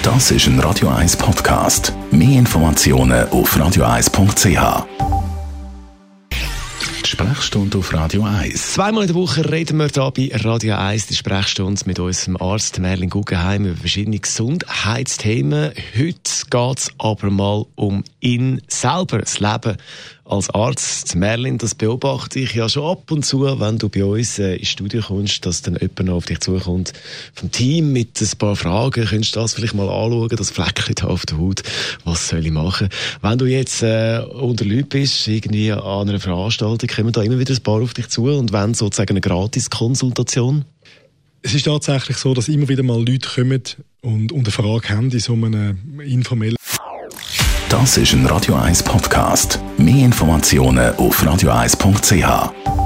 Das ist ein Radio 1 Podcast. Mehr Informationen auf radio1.ch. Die Sprechstunde auf Radio 1. Zweimal in der Woche reden wir hier bei Radio 1, die Sprechstunde mit unserem Arzt Merlin Guggenheim über verschiedene Gesundheitsthemen. Heute geht es aber mal um ihn selber, das Leben als Arzt. Merlin, das beobachte ich ja schon ab und zu, wenn du bei uns ins Studio kommst, dass dann jemand auf dich zukommt vom Team mit ein paar Fragen. Könntest du das vielleicht mal anschauen, das Fleckchen da auf der Haut? Was soll ich machen? Wenn du jetzt unter Leuten bist, irgendwie an einer Veranstaltung, kommen da immer wieder ein paar auf dich zu und wollen sozusagen eine Gratis-Konsultation? Es ist tatsächlich so, dass immer wieder mal Leute kommen und eine Frage haben in so einem informellen. Das ist ein Radio 1 Podcast. Mehr Informationen auf radio1.ch.